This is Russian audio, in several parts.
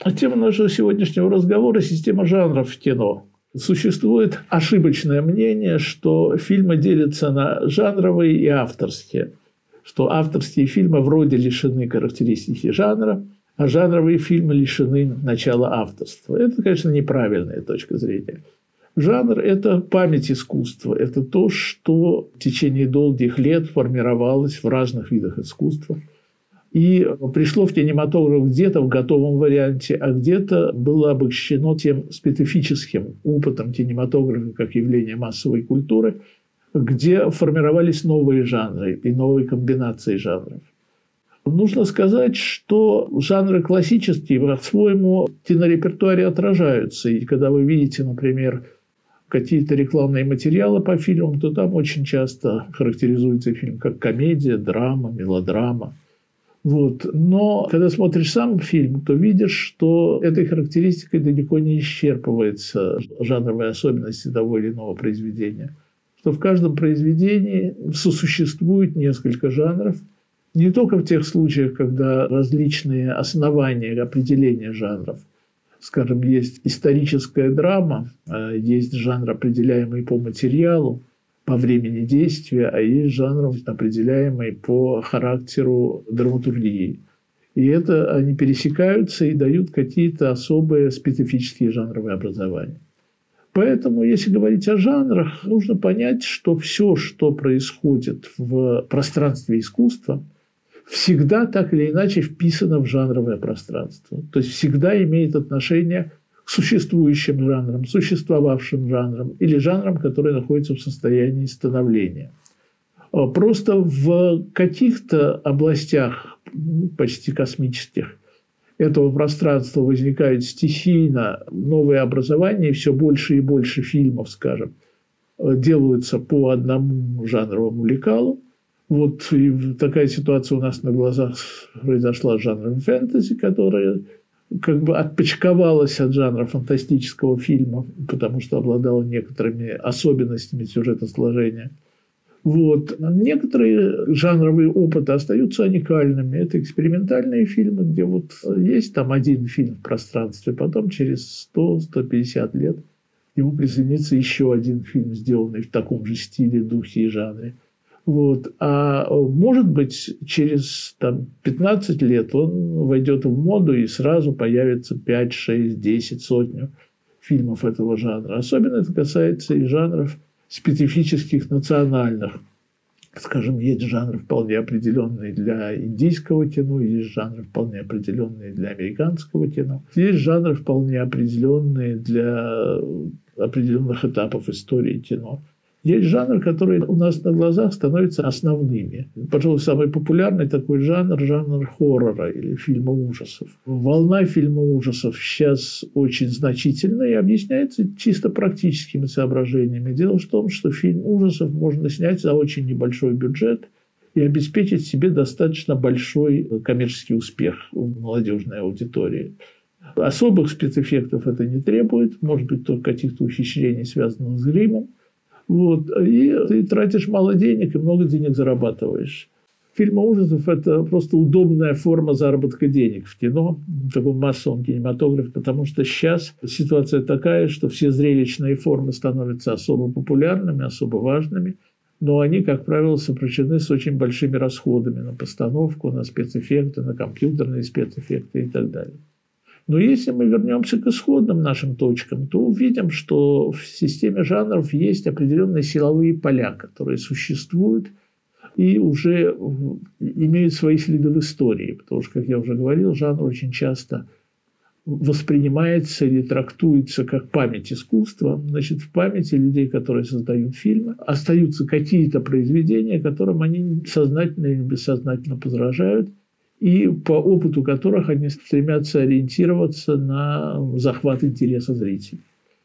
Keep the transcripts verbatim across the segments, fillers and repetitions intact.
А тема нашего сегодняшнего разговора – система жанров в кино. Существует ошибочное мнение, что фильмы делятся на жанровые и авторские, что авторские фильмы вроде лишены характеристики жанра, а жанровые фильмы лишены начала авторства. Это, конечно, неправильная точка зрения. Жанр – это память искусства, это то, что в течение долгих лет формировалось в разных видах искусства и пришло в кинематограф где-то в готовом варианте, а где-то было обогащено тем специфическим опытом кинематографа как явления массовой культуры, где формировались новые жанры и новые комбинации жанров. Нужно сказать, что жанры классические по-своему в кинорепертуаре отражаются. И когда вы видите, например, какие-то рекламные материалы по фильмам, то там очень часто характеризуется фильм как комедия, драма, мелодрама. Вот. Но когда смотришь сам фильм, то видишь, что этой характеристикой далеко не исчерпывается жанровые особенности того или иного произведения. Что в каждом произведении сосуществует несколько жанров, не только в тех случаях, когда различные основания определения жанров. Скажем, есть историческая драма, есть жанр, определяемый по материалу, по времени действия, а есть жанр, определяемый по характеру драматургии. И это они пересекаются и дают какие-то особые специфические жанровые образования. Поэтому, если говорить о жанрах, нужно понять, что все, что происходит в пространстве искусства, всегда так или иначе вписано в жанровое пространство. То есть всегда имеет отношение к существующим жанрам, существовавшим жанрам или жанрам, которые находятся в состоянии становления. Просто в каких-то областях, почти космических, этого пространства возникают стихийно новые образования, и все больше и больше фильмов, скажем, делаются по одному жанровому лекалу. Вот и такая ситуация у нас на глазах произошла с жанром фэнтези, которая как бы отпочковалась от жанра фантастического фильма, потому что обладала некоторыми особенностями сюжетосложения. Вот. Некоторые жанровые опыты остаются уникальными. Это экспериментальные фильмы, где вот есть там один фильм в пространстве, потом через сто - сто пятьдесят лет ему присоединится еще один фильм, сделанный в таком же стиле, духе и жанре. Вот. А может быть, через там, пятнадцать лет он войдет в моду и сразу появится пять, шесть, десять, сотню фильмов этого жанра. Особенно это касается и жанров специфических национальных. Скажем, есть жанры вполне определенные для индийского кино, есть жанры вполне определенные для американского кино, есть жанры вполне определенные для определенных этапов истории кино. Есть жанры, которые у нас на глазах становятся основными. Пожалуй, самый популярный такой жанр – жанр хоррора или фильма ужасов. Волна фильма ужасов сейчас очень значительная и объясняется чисто практическими соображениями. Дело в том, что фильм ужасов можно снять за очень небольшой бюджет и обеспечить себе достаточно большой коммерческий успех у молодежной аудитории. Особых спецэффектов это не требует, может быть, только каких-то ухищрений, связанных с гримом. Вот. И ты тратишь мало денег и много денег зарабатываешь. Фильмы ужасов – это просто удобная форма заработка денег в кино, в таком массовом кинематографе, потому что сейчас ситуация такая, что все зрелищные формы становятся особо популярными, особо важными, но они, как правило, сопряжены с очень большими расходами на постановку, на спецэффекты, на компьютерные спецэффекты и так далее. Но если мы вернемся к исходным нашим точкам, то увидим, что в системе жанров есть определенные силовые поля, которые существуют и уже имеют свои следы в истории. Потому что, как я уже говорил, жанр очень часто воспринимается или трактуется как память искусства. Значит, в памяти людей, которые создают фильмы, остаются какие-то произведения, которым они сознательно или бессознательно подражают, и по опыту которых они стремятся ориентироваться на захват интереса зрителей.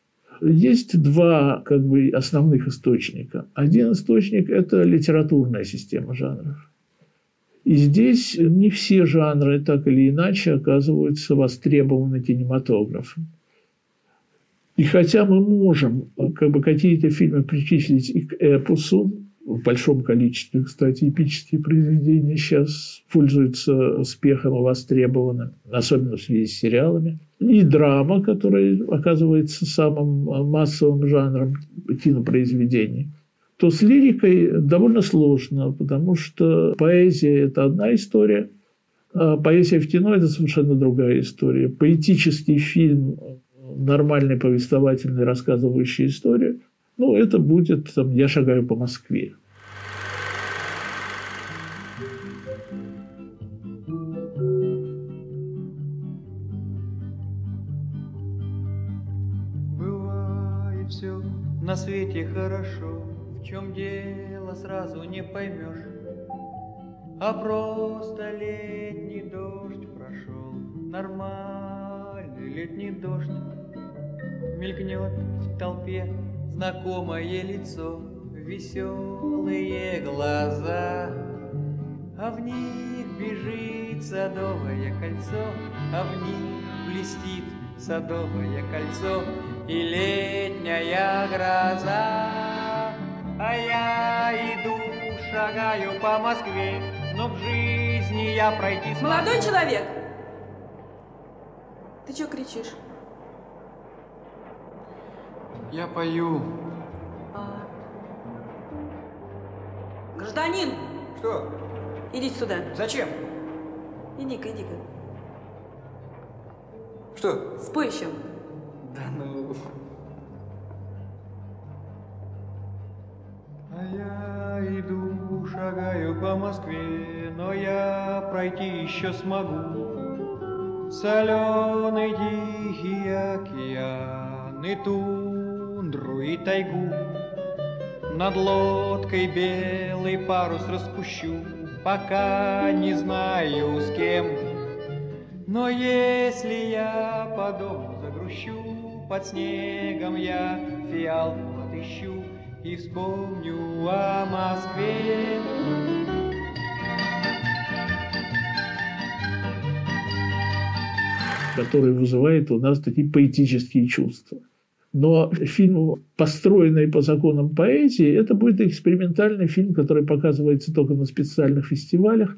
Есть два как бы, основных источника. Один источник – это литературная система жанров. И здесь не все жанры так или иначе оказываются востребованы кинематографом. И хотя мы можем как бы, какие-то фильмы причислить и к эпосу, в большом количестве, кстати, эпические произведения сейчас пользуются успехом и востребованным, особенно в связи с сериалами. И драма, которая оказывается самым массовым жанром кинопроизведений. То с лирикой довольно сложно, потому что поэзия – это одна история, а поэзия в кино – это совершенно другая история. Поэтический фильм, нормальный повествовательный, рассказывающий историю, ну, это будет там, «Я шагаю по Москве». Бывает все на свете хорошо, в чем дело сразу не поймешь, а просто летний дождь прошел, нормальный летний дождь, мелькнет в толпе знакомое лицо, веселые глаза, а в них бежит садовое кольцо, а в них блестит садовое кольцо и летняя гроза. А я иду, шагаю по Москве, но в жизни я пройти смогу. Молодой человек! Ты чё кричишь? Я пою. А... Гражданин! Что? Идите сюда. Зачем? Иди-ка, иди-ка. Что? Спой еще. Да ну... А я иду, шагаю по Москве, но я пройти еще смогу. Соленый тихий океан и тундру и тайгу. Над лодкой белый парус распущу, пока не знаю с кем. Но если я по дому загрущу, под снегом я фиалку отыщу и вспомню о Москве. Который вызывает у нас такие поэтические чувства. Но фильм, построенный по законам поэзии, это будет экспериментальный фильм, который показывается только на специальных фестивалях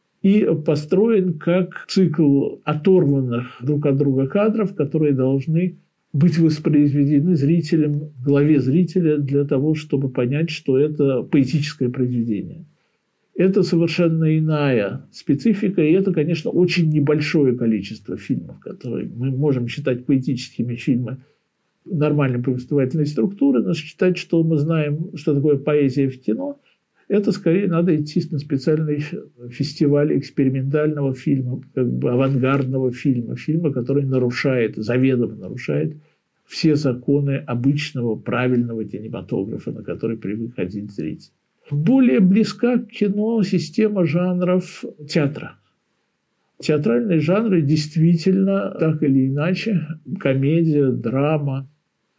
и построен как цикл оторванных друг от друга кадров, которые должны быть воспроизведены зрителем, в голове зрителя для того, чтобы понять, что это поэтическое произведение. Это совершенно иная специфика, и это, конечно, очень небольшое количество фильмов, которые мы можем считать поэтическими фильмами нормальной повествовательной структуры, но считать, что мы знаем, что такое поэзия в кино, это скорее надо идти на специальный фестиваль экспериментального фильма, как бы авангардного фильма, фильма, который нарушает, заведомо нарушает все законы обычного правильного кинематографа, на который привык ходить зритель. Более близка к кино система жанров театра. Театральные жанры действительно, так или иначе, комедия, драма,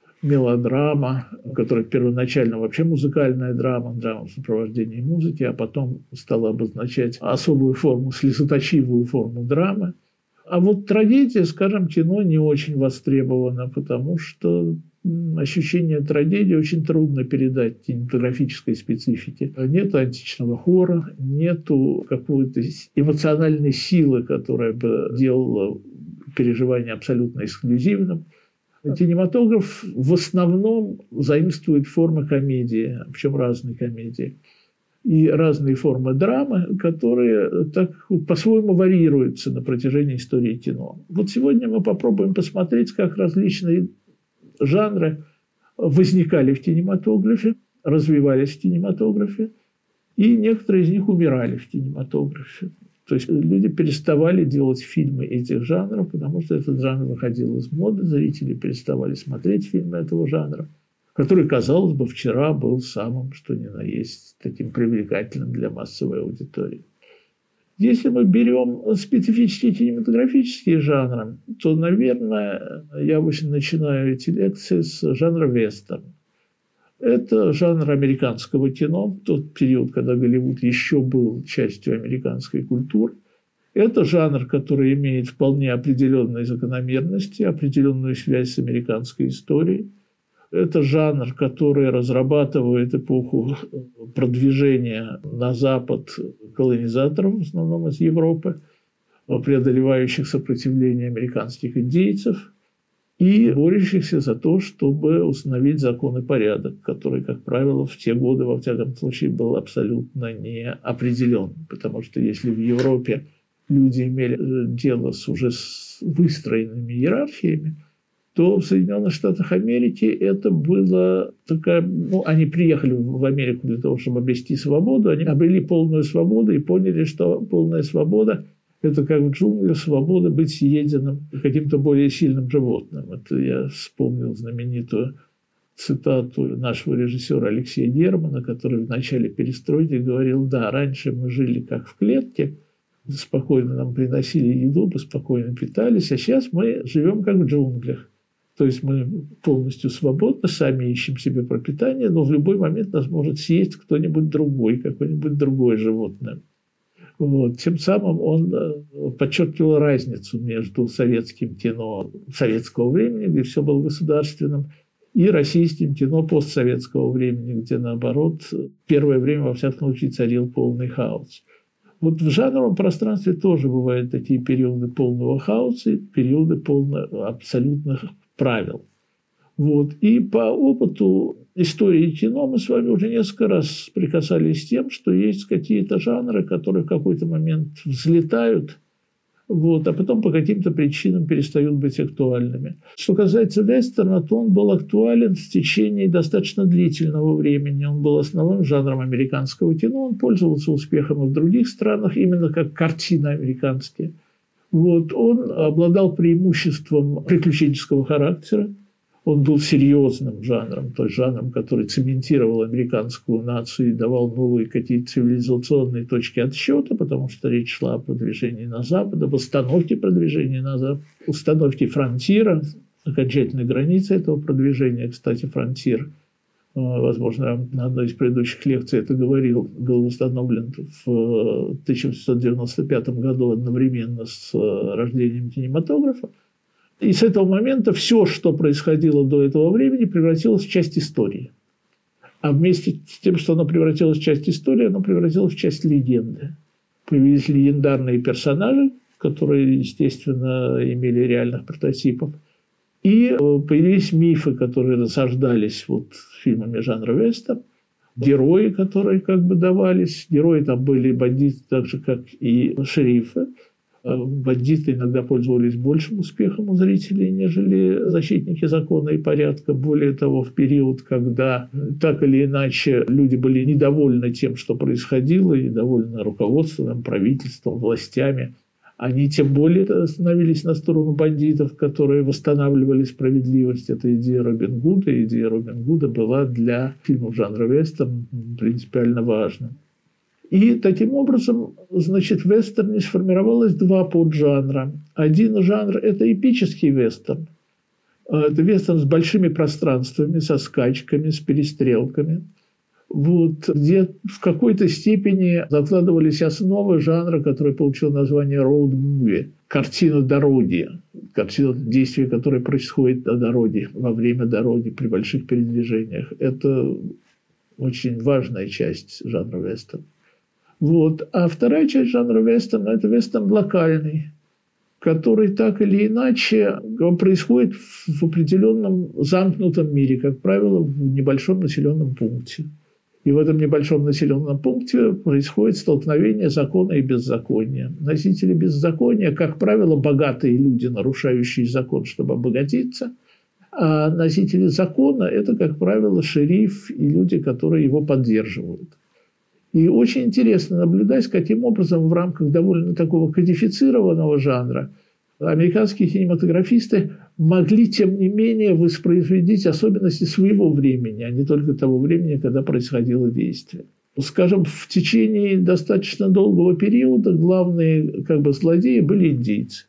мелодрама, которая первоначально вообще музыкальная драма, драма в сопровождении музыки, а потом стала обозначать особую форму, слезоточивую форму драмы. А вот трагедия, скажем, кино не очень востребована, потому что ощущение трагедии очень трудно передать кинематографической специфике. Нет античного хора, нет какой-то эмоциональной силы, которая бы делала переживание абсолютно эксклюзивным. Кинематограф в основном заимствует формы комедии, причем разные комедии, и разные формы драмы, которые так по-своему варьируются на протяжении истории кино. Вот сегодня мы попробуем посмотреть, как различные жанры возникали в кинематографе, развивались в кинематографе, и некоторые из них умирали в кинематографе. То есть люди переставали делать фильмы этих жанров, потому что этот жанр выходил из моды, зрители переставали смотреть фильмы этого жанра, который, казалось бы, вчера был самым, что ни на есть, таким привлекательным для массовой аудитории. Если мы берем специфические кинематографические жанры, то, наверное, я обычно начинаю эти лекции с жанра вестерн. Это жанр американского кино, в тот период, когда Голливуд еще был частью американской культуры. Это жанр, который имеет вполне определенные закономерности, определенную связь с американской историей. Это жанр, который разрабатывает эпоху продвижения на Запад колонизаторов, в основном из Европы, преодолевающих сопротивление американских индейцев и борющихся за то, чтобы установить закон и порядок, который, как правило, в те годы, во всяком случае, был абсолютно не определен. Потому что если в Европе люди имели дело с уже выстроенными иерархиями, то в Соединенных Штатах Америки это было такая... Ну, они приехали в Америку для того, чтобы обрести свободу. Они обрели полную свободу и поняли, что полная свобода – это как в джунглях свобода быть съеденным каким-то более сильным животным. Это я вспомнил знаменитую цитату нашего режиссера Алексея Германа, который в начале перестройки говорил: да, раньше мы жили как в клетке, спокойно нам приносили еду, мы спокойно питались, а сейчас мы живем как в джунглях. То есть мы полностью свободны, сами ищем себе пропитание, но в любой момент нас может съесть кто-нибудь другой, какое-нибудь другое животное. Вот. Тем самым он подчеркивал разницу между советским кино советского времени, где все было государственным, и российским кино постсоветского времени, где, наоборот, первое время, во всяком случае, царил полный хаос. Вот в жанровом пространстве тоже бывают такие периоды полного хаоса и периоды полных абсолютных правил. Вот. И по опыту истории кино мы с вами уже несколько раз прикасались с тем, что есть какие-то жанры, которые в какой-то момент взлетают, вот, а потом по каким-то причинам перестают быть актуальными. Что касается вестерна, то он был актуален в течение достаточно длительного времени. Он был основным жанром американского кино. Он пользовался успехом и в других странах, именно как картины американские. Вот. Он обладал преимуществом приключенческого характера. Он был серьезным жанром, то есть жанром, который цементировал американскую нацию и давал новые какие-то цивилизационные точки отсчета, потому что речь шла о продвижении на Запад, об установке продвижения на Запад, установке фронтира, окончательной границы этого продвижения. Кстати, фронтир, возможно, на одной из предыдущих лекций это говорил, был установлен в тысяча восемьсот девяносто пятом году одновременно с рождением кинематографа. И с этого момента все, что происходило до этого времени, превратилось в часть истории. А вместе с тем, что оно превратилось в часть истории, оно превратилось в часть легенды. Появились легендарные персонажи, которые, естественно, имели реальных прототипов. И появились мифы, которые насаждались вот фильмами жанра вестерн. Герои, которые как бы давались. Герои там были бандиты, так же, как и шерифы. Бандиты иногда пользовались большим успехом у зрителей, нежели защитники закона и порядка. Более того, в период, когда так или иначе люди были недовольны тем, что происходило, и недовольны руководством, правительством, властями, они тем более становились на сторону бандитов, которые восстанавливали справедливость. Эта идея Робин Гуда. Идея Робин Гуда была для фильмов жанра вестерн принципиально важна. И таким образом, значит, в вестерне сформировалось два поджанра. Один жанр – это эпический вестерн. Это вестерн с большими пространствами, со скачками, с перестрелками. Вот, где в какой-то степени закладывались основы жанра, который получил название road movie – картина дороги, картина действия, которая происходит на дороге, во время дороги, при больших передвижениях. Это очень важная часть жанра вестерн. Вот. А вторая часть жанра вестерна – это вестерн локальный, который так или иначе происходит в определенном замкнутом мире, как правило, в небольшом населенном пункте. И в этом небольшом населенном пункте происходит столкновение закона и беззакония. Носители беззакония, как правило, богатые люди, нарушающие закон, чтобы обогатиться, а носители закона – это, как правило, шериф и люди, которые его поддерживают. И очень интересно наблюдать, каким образом в рамках довольно такого кодифицированного жанра американские кинематографисты могли, тем не менее, воспроизводить особенности своего времени, а не только того времени, когда происходило действие. Скажем, в течение достаточно долгого периода главные как бы, злодеи были индейцы.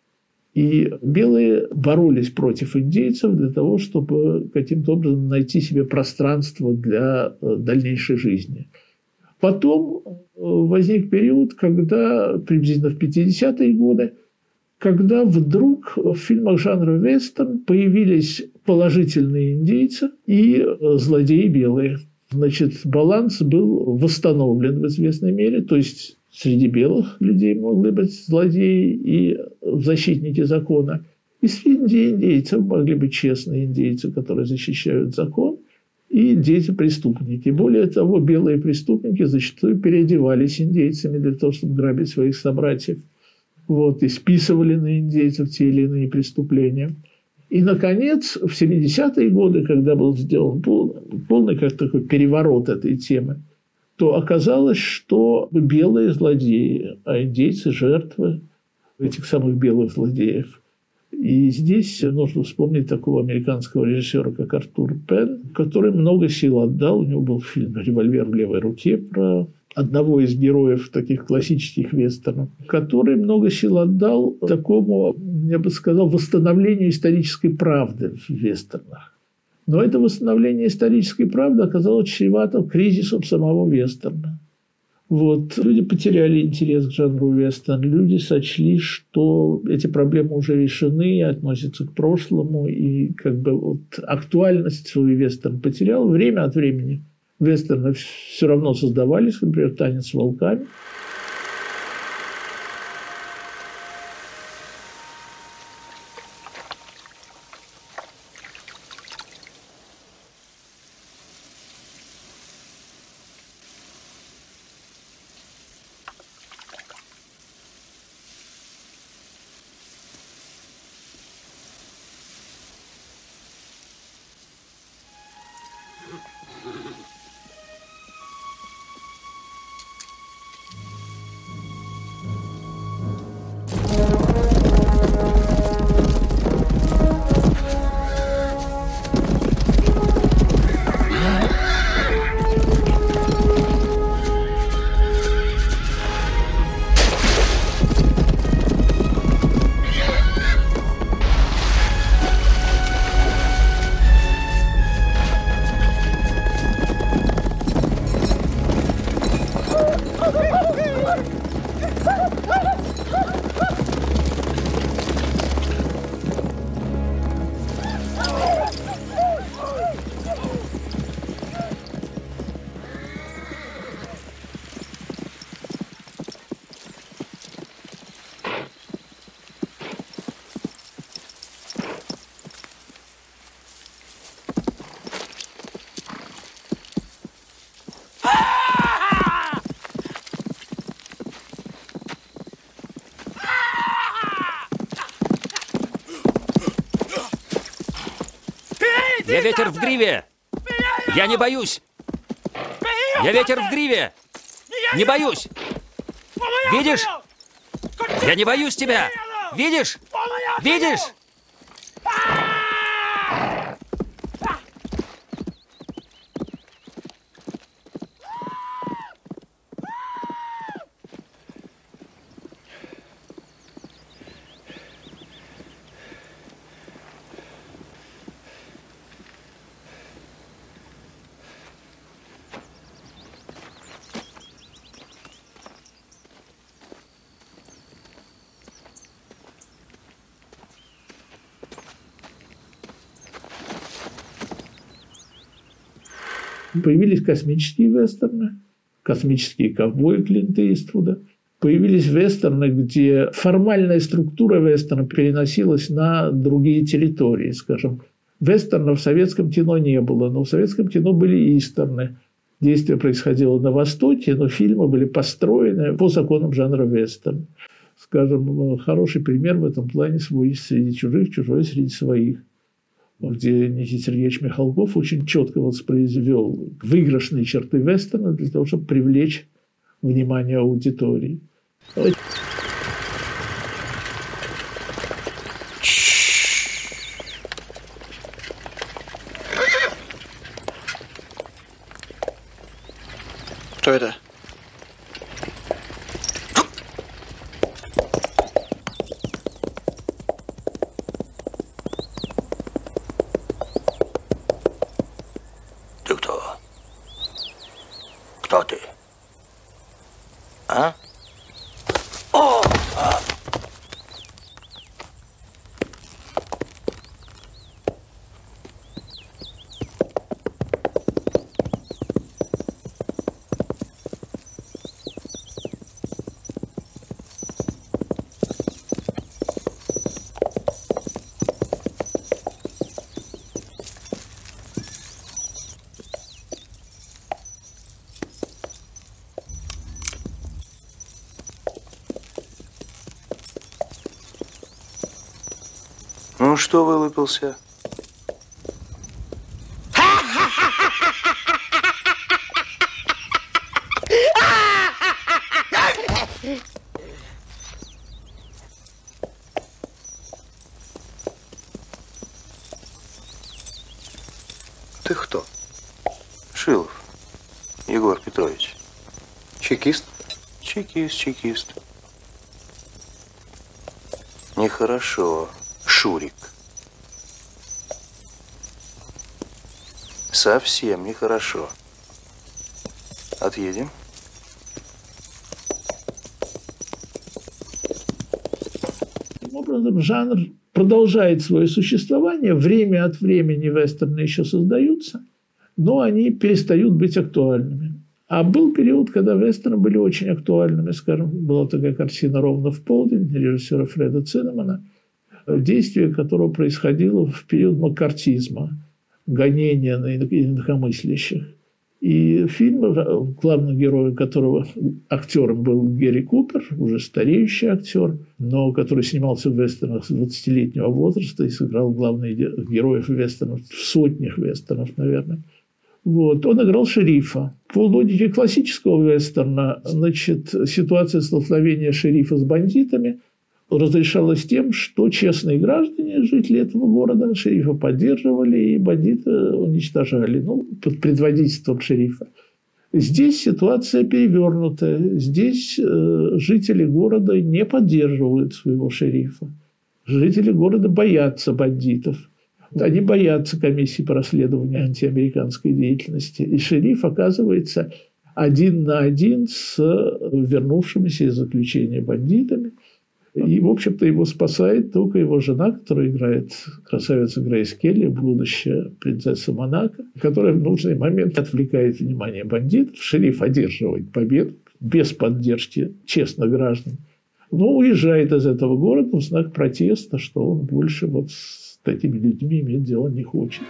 И белые боролись против индейцев для того, чтобы каким-то образом найти себе пространство для дальнейшей жизни. Потом возник период, когда, приблизительно в пятидесятые годы, когда вдруг в фильмах жанра вестерн появились положительные индейцы и злодеи белые. Значит, баланс был восстановлен в известной мере, то есть среди белых людей могли быть злодеи и защитники закона, и среди индейцев могли быть честные индейцы, которые защищают закон, и индейцы-преступники. Более того, белые преступники зачастую переодевались индейцами для того, чтобы грабить своих собратьев. Вот, и списывали на индейцев те или иные преступления. И, наконец, в семидесятые годы, когда был сделан полный, полный как такой переворот этой темы, то оказалось, что белые злодеи, а индейцы – жертвы этих самых белых злодеев. И здесь нужно вспомнить такого американского режиссера, как Артур Пен, который много сил отдал. У него был фильм «Револьвер в левой руке» про одного из героев таких классических вестернов, который много сил отдал такому, я бы сказал, восстановлению исторической правды в вестернах. Но это восстановление исторической правды оказалось чревато кризисом самого вестерна. Вот. Люди потеряли интерес к жанру вестерн. Люди сочли, что эти проблемы уже решены, относятся к прошлому, и как бы вот актуальность свою вестерн потерял. Время от времени вестерны все равно создавались, например, «Танец с волками». Я ветер в гриве! Я не боюсь! Я ветер в гриве! Не боюсь! Видишь? Я не боюсь тебя! Видишь? Видишь? Появились космические вестерны, космические ковбои Клинта Иствуда. Появились вестерны, где формальная структура вестерна переносилась на другие территории. Скажем, вестерна в советском кино не было, но в советском кино были истерны. Действие происходило на Востоке, но фильмы были построены по законам жанра вестерн. Скажем, хороший пример в этом плане «Свой среди чужих, чужой среди своих», где Никита Сергеевич Михалков очень четко воспроизвел выигрышные черты вестерна для того, чтобы привлечь внимание аудитории. Кто это? Ты кто? Кто ты? А? О! А! что вылупился? Ты кто? Шилов Егор Петрович. Чекист? Чекист, чекист. Нехорошо. Шурик. Совсем нехорошо. Отъедем. Таким образом, жанр продолжает свое существование. Время от времени вестерны еще создаются, но они перестают быть актуальными. А был период, когда вестерны были очень актуальными. Скажем, была такая картина «Ровно в полдень» режиссера Фреда Циннамана, действие которого происходило в период маккартизма, гонения на инакомыслящих. И фильм, главным героем которого актером был Гэри Купер, уже стареющий актер, но который снимался в вестернах с двадцатилетнего возраста и сыграл главных героев вестернов, в сотнях вестернов, наверное. Вот. Он играл шерифа. По логике классического вестерна, значит, ситуация столкновения шерифа с бандитами разрешалась тем, что честные граждане, жители этого города, шерифа поддерживали и бандиты уничтожали, ну, под предводительством шерифа. Здесь ситуация перевернутая. Здесь э, жители города не поддерживают своего шерифа. Жители города боятся бандитов. Они боятся комиссии по расследованию антиамериканской деятельности. И шериф оказывается один на один с вернувшимися из заключения бандитами. И, в общем-то, его спасает только его жена, которая играет красавица Грейс Келли, будущая принцесса Монако, которая в нужный момент отвлекает внимание бандитов. Шериф одерживает победу без поддержки честных граждан. Но уезжает из этого города в знак протеста, что он больше вот с такими людьми иметь дело не хочет.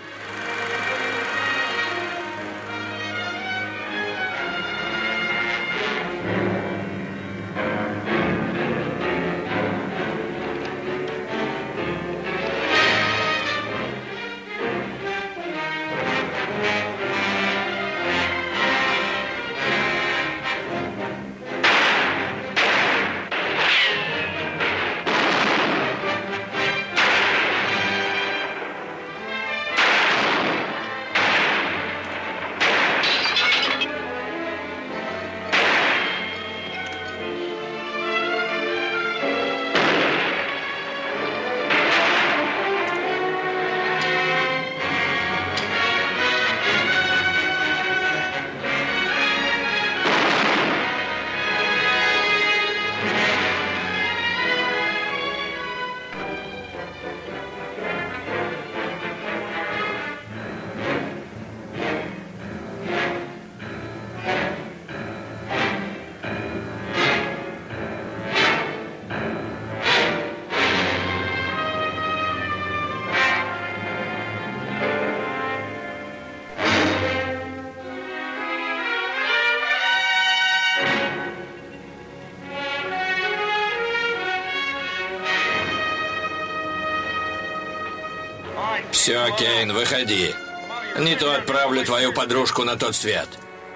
Все, Кейн, выходи. Не то отправлю твою подружку на тот свет.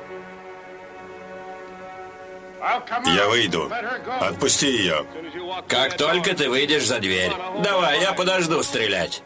Я выйду. Отпусти ее. Как только ты выйдешь за дверь. Давай, я подожду стрелять.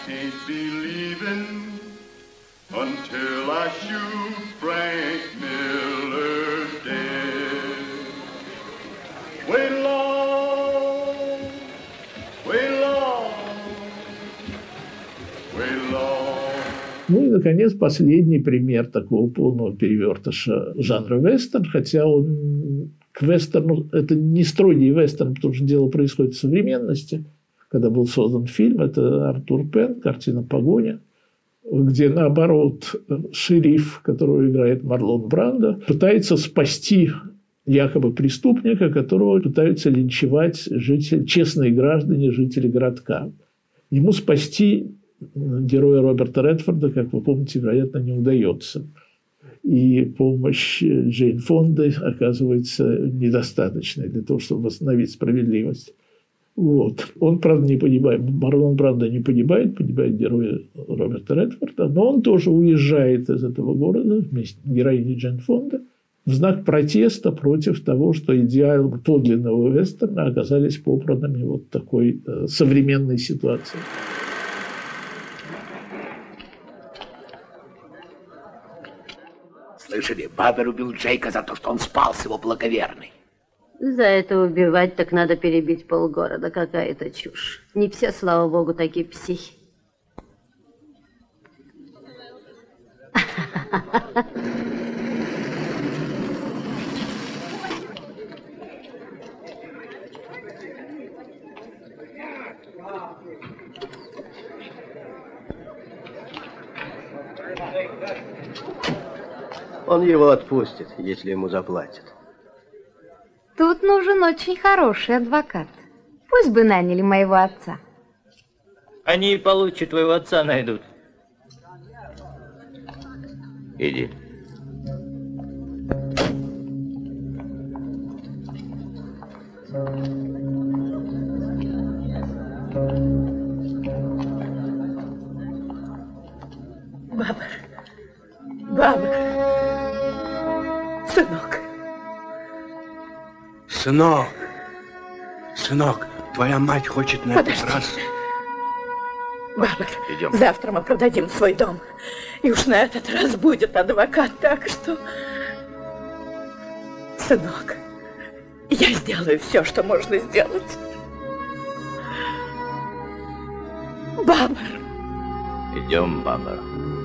can't believe in until I shoot Frank Miller dead. Wait long, wait long, wait long. Ну и, наконец, последний пример такого полного перевертыша жанра вестерн, хотя он к вестерну, это не строгий вестерн, потому что дело происходит в современности. Когда был создан фильм, это Артур Пен, картина «Погоня», где, наоборот, шериф, которого играет Марлон Брандо, пытается спасти якобы преступника, которого пытаются линчевать жители, честные граждане, жители городка. Ему спасти героя Роберта Редфорда, как вы помните, вероятно, не удается. И помощь Джейн Фонды оказывается недостаточной для того, чтобы восстановить справедливость. Вот. Он, правда, не погибает. Марлон Брандо не погибает, погибает герой Роберта Редфорда, но он тоже уезжает из этого города вместе с героиней Джейн Фонды в знак протеста против того, что идеалы подлинного вестерна оказались попранными вот такой э, современной ситуацией. Слышали, Бабер убил Джейка за то, что он спал с его благоверной. За это убивать так надо перебить полгорода. Какая-то чушь. Не все, слава богу, такие психи. Он его отпустит, если ему заплатят. Тут нужен очень хороший адвокат. Пусть бы наняли моего отца. Они и получше твоего отца найдут. Иди. Бабр. Бабр. Сынок. Сынок. Сынок, твоя мать хочет на Подожди. этот раз... Бабр, Идем. завтра мы продадим свой дом. И уж на этот раз будет адвокат, так что... Сынок, я сделаю все, что можно сделать. Бабр. Идем, Бабр.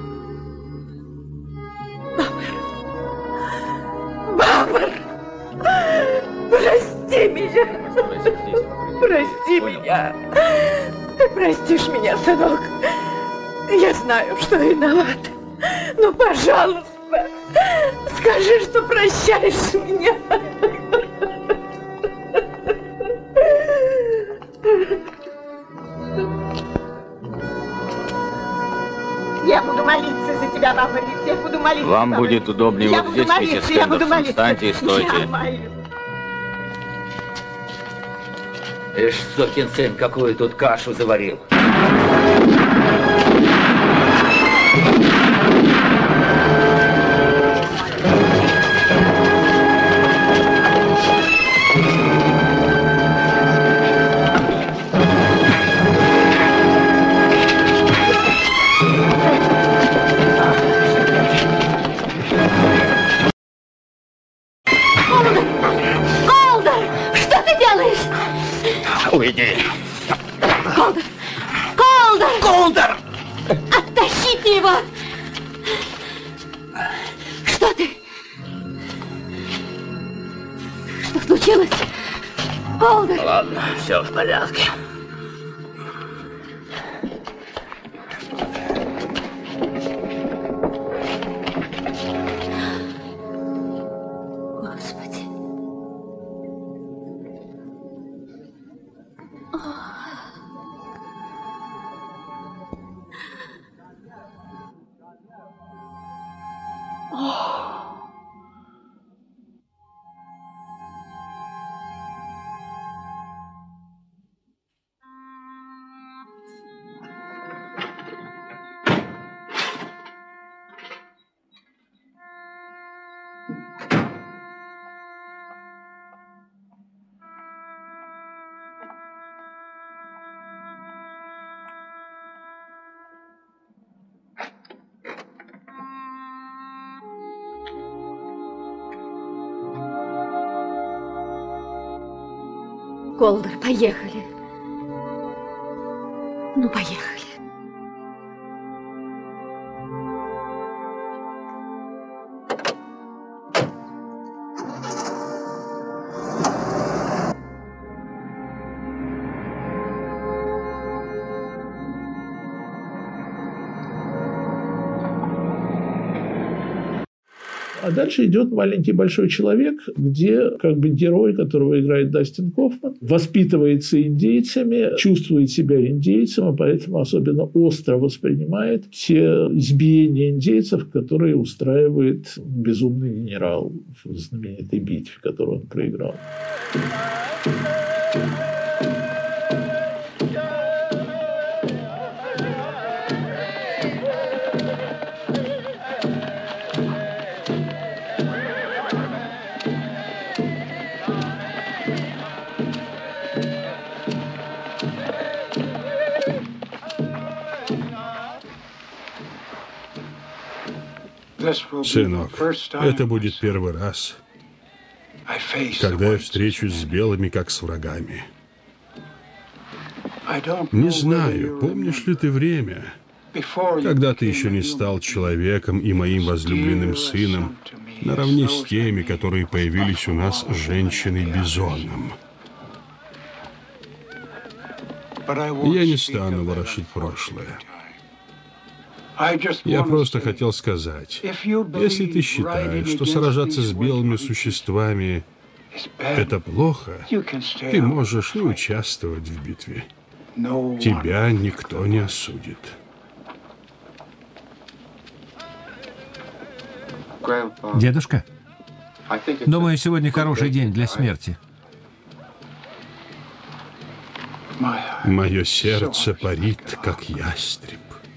Бабр! Прости меня! Прости меня! Ты простишь меня, сынок. Я знаю, что виноват. Но, пожалуйста, скажи, что прощаешь меня. Я буду молиться за тебя, Бабр. Я буду молиться. Вам Бабр. будет удобнее Я вот буду здесь, молиться, миссис я буду Хендерсон. молиться. Встаньте и стойте. Я молюсь. Ишь, сукин сын, какую тут кашу заварил. Уйди. Колдер! Колдер! Колдер! Оттащите его! Что ты? Что случилось? Колдер! Ладно, все в порядке. Господи. Колдер, поехали. Ну, поехали. А дальше идет «Маленький большой человек», где как бы герой, которого играет Дастин Хоффман, воспитывается индейцами, чувствует себя индейцем, и поэтому особенно остро воспринимает те избиения индейцев, которые устраивает безумный генерал в знаменитой битве, которую он проиграл. Сынок, это будет первый раз, когда я встречусь с белыми, как с врагами. Не знаю, помнишь ли ты время, когда ты еще не стал человеком и моим возлюбленным сыном, наравне с теми, которые появились у нас женщиной-бизоном. Я не стану ворошить прошлое. Я просто хотел сказать, если ты считаешь, что сражаться с белыми существами – это плохо, ты можешь не участвовать в битве. Тебя никто не осудит. Дедушка, думаю, сегодня хороший день для смерти. Мое сердце парит, как ястреб.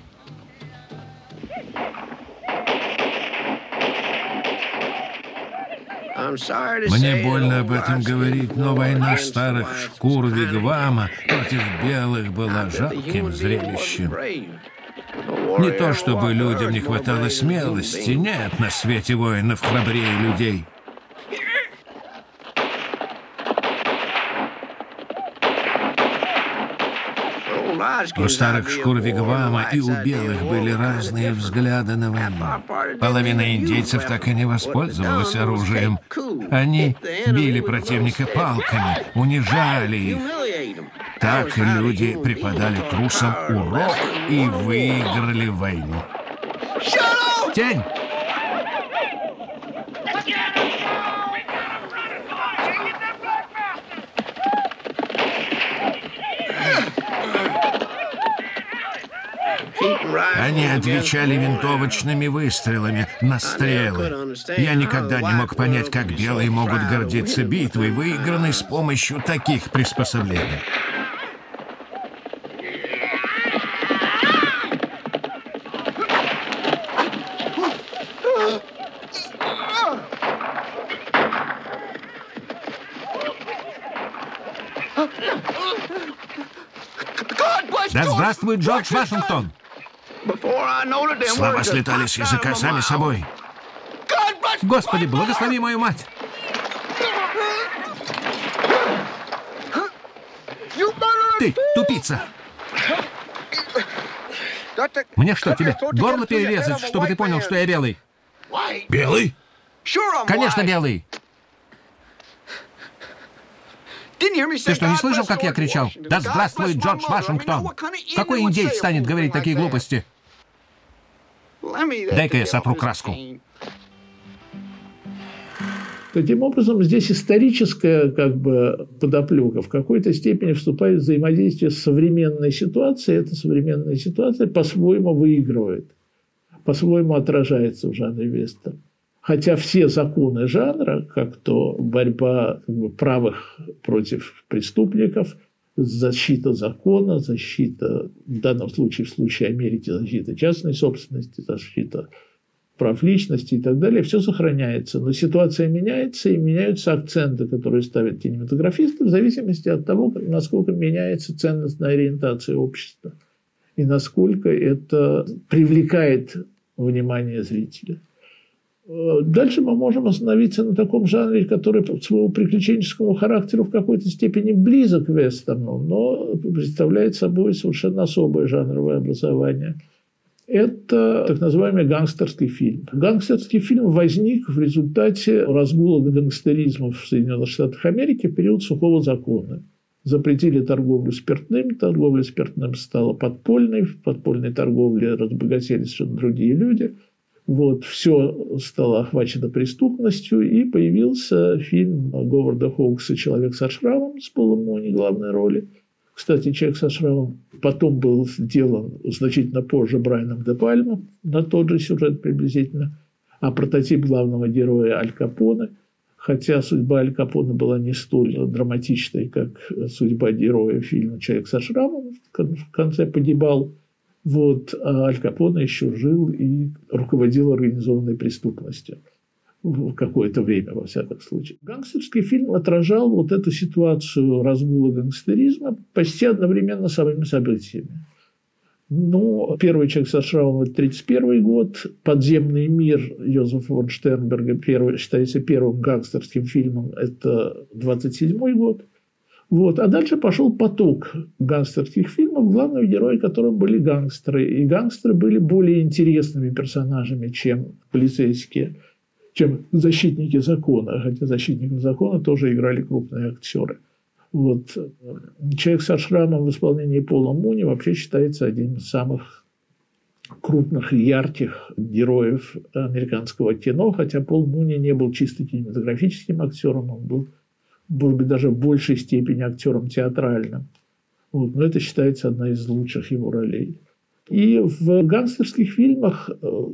Мне больно об этом говорить, но война старых шкур Вигвама против белых была жалким зрелищем. Не то чтобы людям не хватало смелости, нет на свете воинов храбрее людей. У старых шкур Вигвама и у белых были разные взгляды на войну. Половина индейцев так и не воспользовалась оружием. Они били противника палками, унижали их. Так люди преподали трусам урок и выиграли войну. Тень! Они отвечали винтовочными выстрелами на стрелы. Я никогда не мог понять, как белые могут гордиться битвой, выигранной с помощью таких приспособлений. Да здравствует Джордж Вашингтон! Слова слетали с языка сами собой. Господи, благослови мою мать! Ты, тупица! Мне что, тебе горло перерезать, чтобы ты понял, что я белый? Белый? Конечно, белый! Ты что, не слышал, как я кричал? Да здравствует Джордж Вашингтон! Какой индейец станет говорить такие глупости? Дай-ка я сотру краску. Таким образом, здесь историческая как бы подоплека в какой-то степени вступает в взаимодействие с современной ситуацией. Эта современная ситуация по-своему выигрывает, по-своему отражается в жанре вестерн. Хотя все законы жанра, как то борьба как бы, правых против преступников, защита закона, защита, в данном случае, в случае Америки, защита частной собственности, защита прав личности и так далее, все сохраняется. Но ситуация меняется, и меняются акценты, которые ставят кинематографисты, в зависимости от того, насколько меняется ценностная ориентация общества и насколько это привлекает внимание зрителя. Дальше мы можем остановиться на таком жанре, который по своему приключенческому характеру в какой-то степени близок к вестерну, но представляет собой совершенно особое жанровое образование. Это так называемый гангстерский фильм. Гангстерский фильм возник в результате разгула гангстеризма в Соединенных Штатах Америки в период сухого закона. Запретили торговлю спиртным, торговля спиртным стала подпольной, в подпольной торговле разбогатели совершенно другие люди. Вот, все стало охвачено преступностью, и появился фильм Говарда Хоукса «Человек со шрамом» с Полом Муни в главной роли. Кстати, «Человек со шрамом» потом был сделан значительно позже Брайаном де Пальмо на тот же сюжет приблизительно, а прототип главного героя Аль Капоне, хотя судьба Аль Капоне была не столь драматичной, как судьба героя фильма «Человек со шрамом», в конце погибал. Вот, а Аль Капоне еще жил и руководил организованной преступностью в какое-то время, во всяком случае. Гангстерский фильм отражал вот эту ситуацию разгула гангстеризма почти одновременно с самими событиями. Ну, первый «Человек со шрамом» – это тридцать первый год, «Подземный мир» Йозефа фон Штернберга первый, считается первым гангстерским фильмом – это двадцать седьмой год. Вот. А дальше пошел поток гангстерских фильмов, главные герои которых были гангстеры. И гангстеры были более интересными персонажами, чем полицейские, чем защитники закона. Хотя защитников закона тоже играли крупные актеры. Вот. «Человек со шрамом» в исполнении Пола Муни вообще считается одним из самых крупных и ярких героев американского кино. Хотя Пол Муни не был чисто кинематографическим актером, он был, может быть, даже в большей степени актером театральным. Вот. Но это считается одной из лучших его ролей. И в гангстерских фильмах,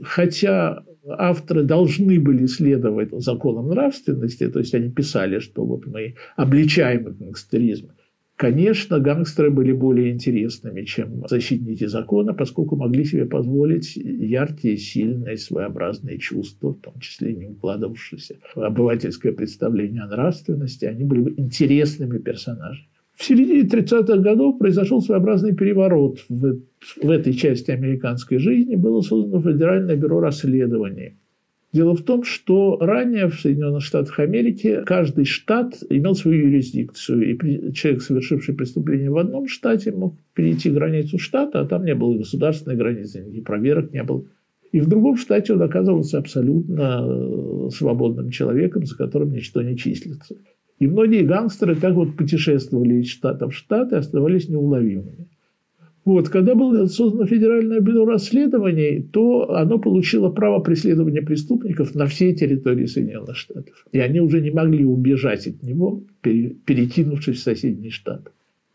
хотя авторы должны были следовать законам нравственности, то есть они писали, что вот мы обличаем гангстеризм, конечно, гангстеры были более интересными, чем защитники закона, поскольку могли себе позволить яркие, сильные, своеобразные чувства, в том числе не укладывавшиеся в обывательское представление о нравственности, они были интересными персонажами. В середине тридцатых годов произошел своеобразный переворот в, в этой части американской жизни. Было создано Федеральное бюро расследований. Дело в том, что ранее в Соединенных Штатах Америки каждый штат имел свою юрисдикцию. И человек, совершивший преступление в одном штате, мог перейти границу штата, а там не было государственной границы, никаких проверок не было. И в другом штате он оказывался абсолютно свободным человеком, за которым ничто не числится. И многие гангстеры так вот путешествовали из штата в штат и оставались неуловимыми. Вот, когда было создано Федеральное бюро расследований, то оно получило право преследования преступников на всей территории Соединенных Штатов. И они уже не могли убежать от него, перекинувшись в соседний штат.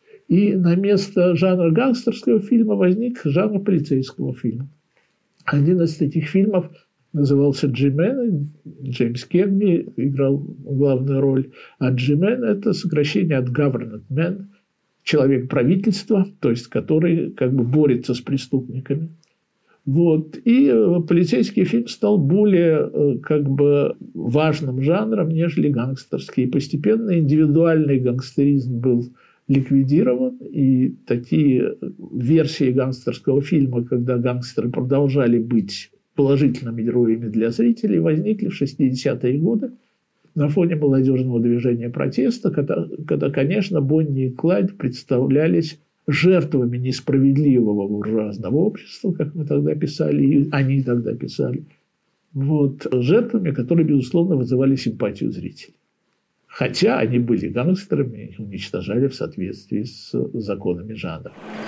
И на место жанра гангстерского фильма возник жанр полицейского фильма. Один из таких фильмов назывался «Джи-мен», Джеймс Кенни играл главную роль, а «Джи-мен» – это сокращение от «government man», человек правительства, то есть который как бы борется с преступниками. Вот. И полицейский фильм стал более как бы важным жанром, нежели гангстерский. И постепенно индивидуальный гангстеризм был ликвидирован, и такие версии гангстерского фильма, когда гангстеры продолжали быть положительными героями для зрителей, возникли в шестидесятые годы на фоне молодежного движения протеста, когда, когда, конечно, Бонни и Клайд представлялись жертвами несправедливого буржуазного общества, как мы тогда писали, и они тогда писали. Вот, жертвами, которые, безусловно, вызывали симпатию зрителей. Хотя они были гангстерами, их уничтожали в соответствии с законами жанра.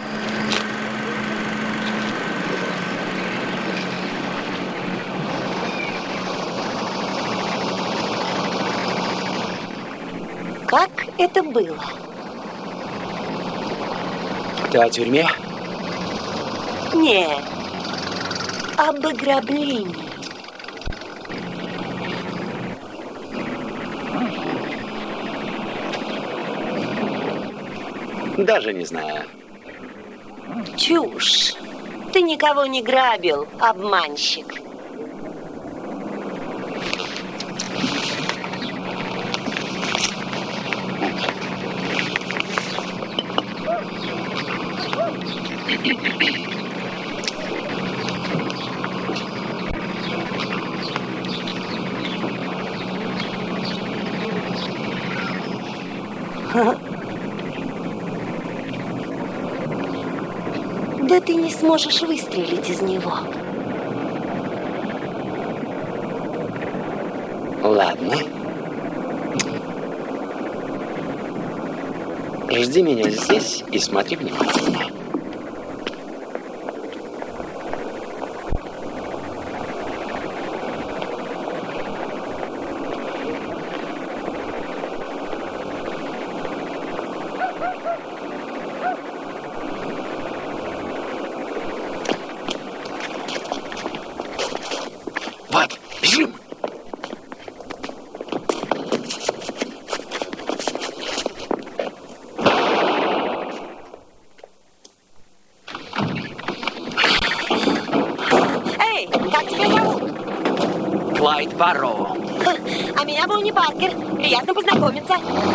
Как это было? Ты о тюрьме? Нет, об ограблении. Даже не знаю. Чушь. Ты никого не грабил, обманщик. Да ты не сможешь выстрелить из него. Ладно. Жди меня здесь и смотри внимательно. Вот, бежим! Клайд Барроу. А меня Бонни Паркер. Приятно познакомиться.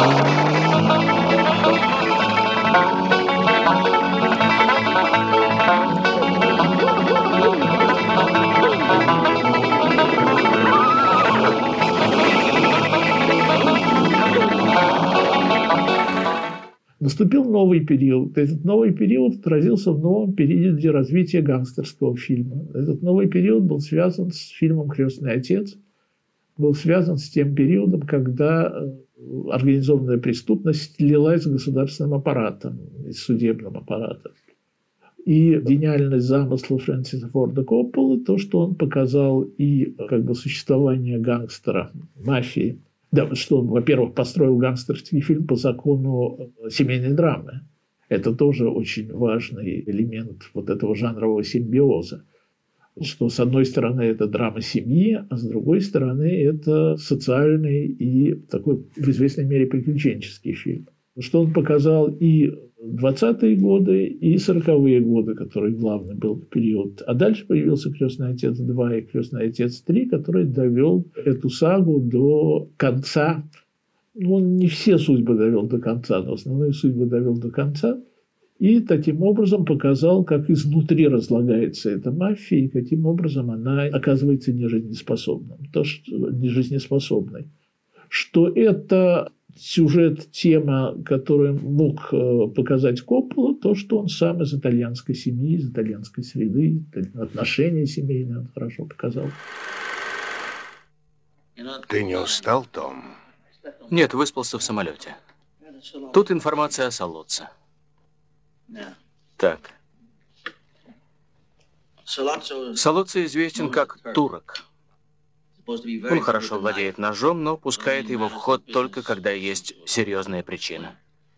Наступил новый период. Этот новый период отразился в новом периоде развития гангстерского фильма. Этот новый период был связан с фильмом «Крестный отец», был связан с тем периодом, когда организованная преступность слилась с государственным аппаратом, с судебным аппаратом. И гениальность замысла Фрэнсиса Форда Копполы, то, что он показал и как бы существование гангстера, мафии, да, что он, во-первых, построил гангстерский фильм по закону семейной драмы. Это тоже очень важный элемент вот этого жанрового симбиоза. Что, с одной стороны, это драма семьи, а с другой стороны, это социальный и такой, в известной мере, приключенческий фильм. Что он показал и двадцатые годы, и сороковые годы, который главный был период. А дальше появился «Крестный отец два» и «Крестный отец три», который довел эту сагу до конца. Ну, он не все судьбы довел до конца, но основные судьбы довел до конца. И таким образом показал, как изнутри разлагается эта мафия, и каким образом она оказывается нежизнеспособной. То, что нежизнеспособной. Что это сюжет, тема, которую мог показать Коппола, то, что он сам из итальянской семьи, из итальянской среды, отношения семейные он хорошо показал. Ты не устал, Том? Нет, выспался в самолете. Тут информация о Салоце. Так. Салоце известен как турок. Он хорошо владеет ножом, но пускает его в ход только когда есть серьезная причина.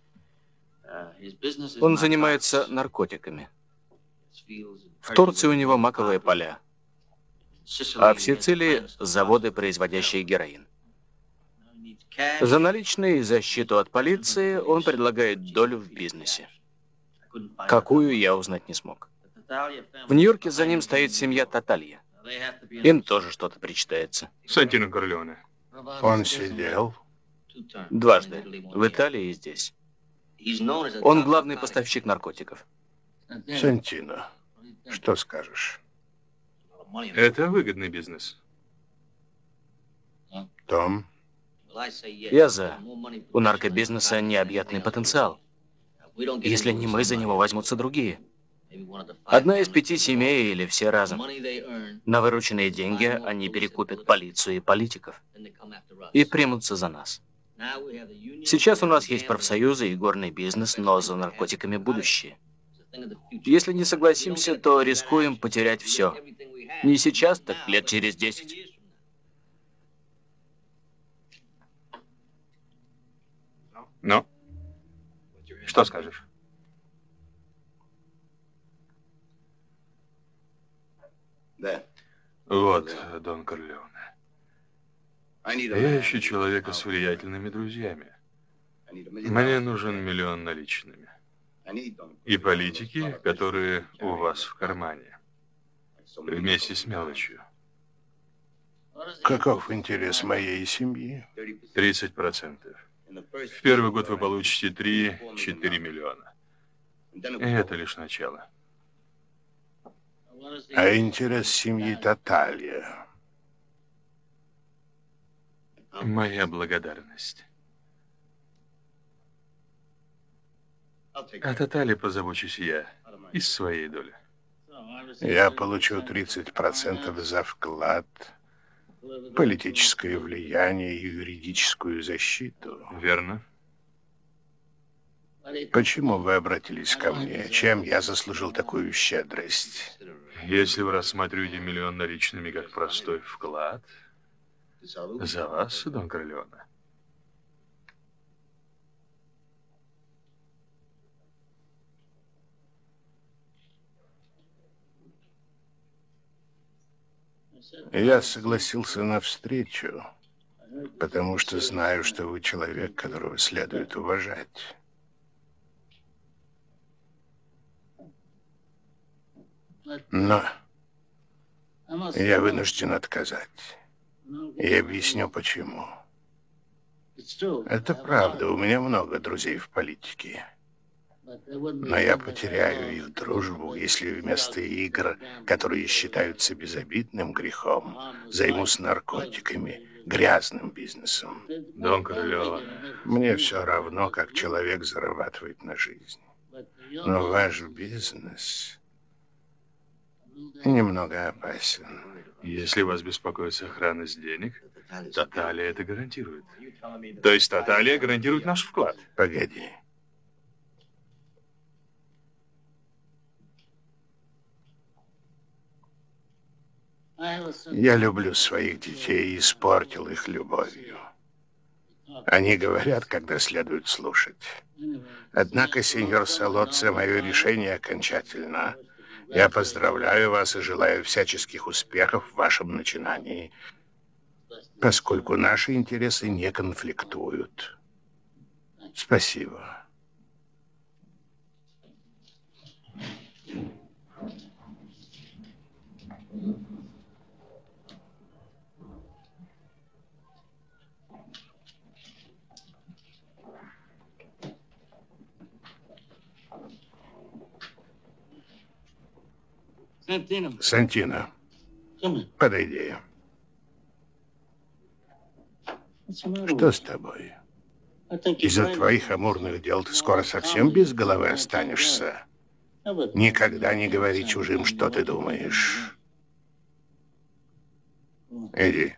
Он занимается наркотиками. В Турции у него маковые поля, а в Сицилии заводы, производящие героин. За наличные и защиту от полиции он предлагает долю в бизнесе. Какую, я узнать не смог. В Нью-Йорке за ним стоит семья Таталья. Им тоже что-то причитается. Сантино Корлеоне. Он сидел? Дважды. В Италии и здесь. Он главный поставщик наркотиков. Сантино, что скажешь? Это выгодный бизнес. Том? Я за. У наркобизнеса необъятный потенциал. Если не мы, за него возьмутся другие. Одна из пяти семей или все разом. На вырученные деньги они перекупят полицию и политиков и примутся за нас. Сейчас у нас есть профсоюзы и горный бизнес, но за наркотиками будущее. Если не согласимся, то рискуем потерять все. Не сейчас, так лет через десять. Ну, что скажешь? Да. Вот, Дон Корлеоне. Я ищу человека с влиятельными друзьями. Мне нужен миллион наличными. И политики, которые у вас в кармане. Вместе с мелочью. Каков интерес моей семьи? тридцать процентов. В первый год вы получите три-четыре миллиона. И это лишь начало. А интерес семьи Таталья? Моя благодарность. О Таталье позабочусь я. из своей доли. Я получу тридцать процентов за вклад, политическое влияние и юридическую защиту. Верно. Почему вы обратились ко мне? Чем я заслужил такую щедрость? Если вы рассматриваете миллион наличными как простой вклад, за вас, Дон Корлеоне. Я согласился на встречу, потому что знаю, что вы человек, которого следует уважать. Но я вынужден отказать. И объясню, почему. Это правда, у меня много друзей в политике. Но я потеряю их дружбу, если вместо игр, которые считаются безобидным грехом, займусь наркотиками, грязным бизнесом. Дон Корлеоне. Мне все равно, как человек зарабатывает на жизнь. Но ваш бизнес немного опасен. Если вас беспокоит сохранность денег, Таталия это гарантирует. То есть Таталия гарантирует наш вклад. Погоди. Я люблю своих детей и испортил их любовью. Они говорят, когда следует слушать. Однако, сеньор Салоцци, мое решение окончательно. Я поздравляю вас и желаю всяческих успехов в вашем начинании, поскольку наши интересы не конфликтуют. Спасибо. Сантино, подойди. Что с тобой? Из-за твоих амурных дел ты скоро совсем без головы останешься. Никогда не говори чужим, что ты думаешь. Иди.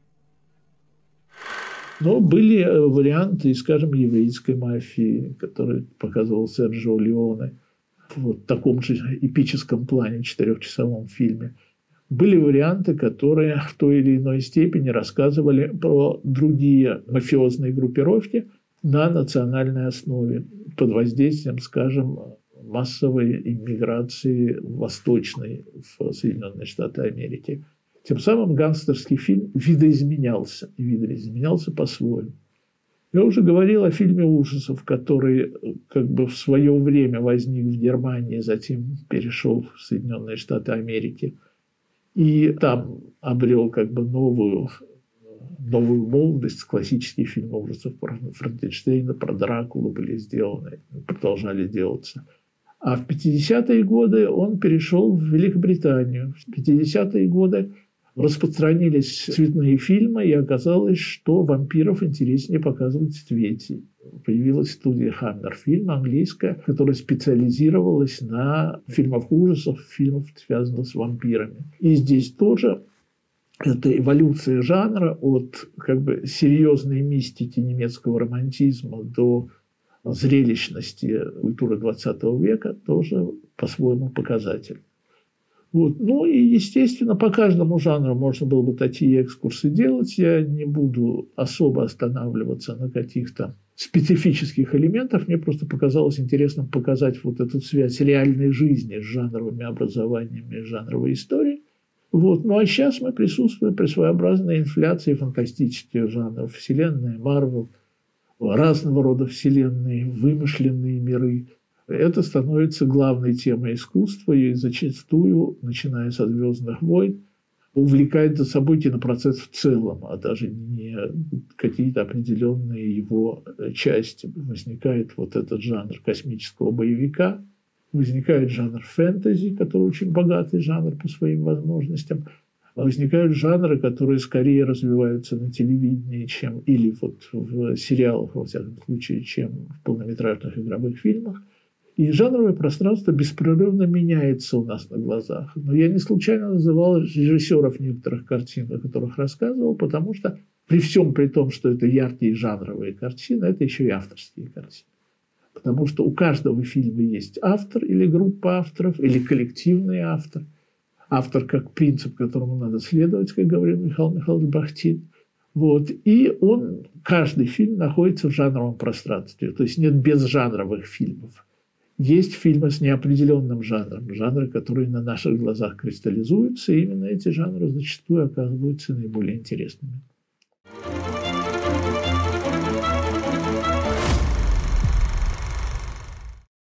Но были варианты, скажем, еврейской мафии, которые показывал Серджио Леоне в таком же эпическом плане, четырехчасовом фильме. Были варианты, которые в той или иной степени рассказывали про другие мафиозные группировки на национальной основе, под воздействием, скажем, массовой иммиграции восточной в Соединенные Штаты Америки. Тем самым гангстерский фильм видоизменялся, и видоизменялся по-своему. Я уже говорил о фильме ужасов, который как бы в свое время возник в Германии, затем перешел в Соединенные Штаты Америки. И там обрел как бы новую, новую молодость. Классические фильмы ужасов про Франкенштейна, про Дракулу были сделаны, продолжали делаться. А в пятидесятые годы он перешел в Великобританию. В пятидесятые годы распространились цветные фильмы, и оказалось, что вампиров интереснее показывать в цвете. Появилась студия Hammer Film, английская, которая специализировалась на фильмах ужасов, фильмах, связанных с вампирами. И здесь тоже это эволюция жанра от как бы серьезной мистики немецкого романтизма до зрелищности культуры двадцатого века тоже по-своему показатель. Вот. Ну и, естественно, по каждому жанру можно было бы такие экскурсы делать. Я не буду особо останавливаться на каких-то специфических элементах. Мне просто показалось интересным показать вот эту связь реальной жизни с жанровыми образованиями, с жанровой историей. Вот. Ну а сейчас мы присутствуем при своеобразной инфляции фантастических жанров. Вселенная Марвел, разного рода вселенные, вымышленные миры. Это становится главной темой искусства и зачастую, начиная со «Звездных войн», увлекает за собой кинопроцесс в целом, а даже не какие-то определенные его части. Возникает вот этот жанр космического боевика, возникает жанр фэнтези, который очень богатый жанр по своим возможностям, возникают жанры, которые скорее развиваются на телевидении, чем или вот в сериалах, во всяком случае, чем в полнометражных игровых фильмах. И жанровое пространство беспрерывно меняется у нас на глазах. Но я не случайно называл режиссеров некоторых картин, о которых рассказывал, потому что при всем при том, что это яркие жанровые картины, это еще и авторские картины. Потому что у каждого фильма есть автор или группа авторов, или коллективный автор. Автор как принцип, которому надо следовать, как говорил Михаил Михайлович Бахтин. Вот. И он, каждый фильм находится в жанровом пространстве. То есть нет безжанровых фильмов. Есть фильмы с неопределенным жанром, жанры, которые на наших глазах кристаллизуются, и именно эти жанры зачастую оказываются наиболее интересными.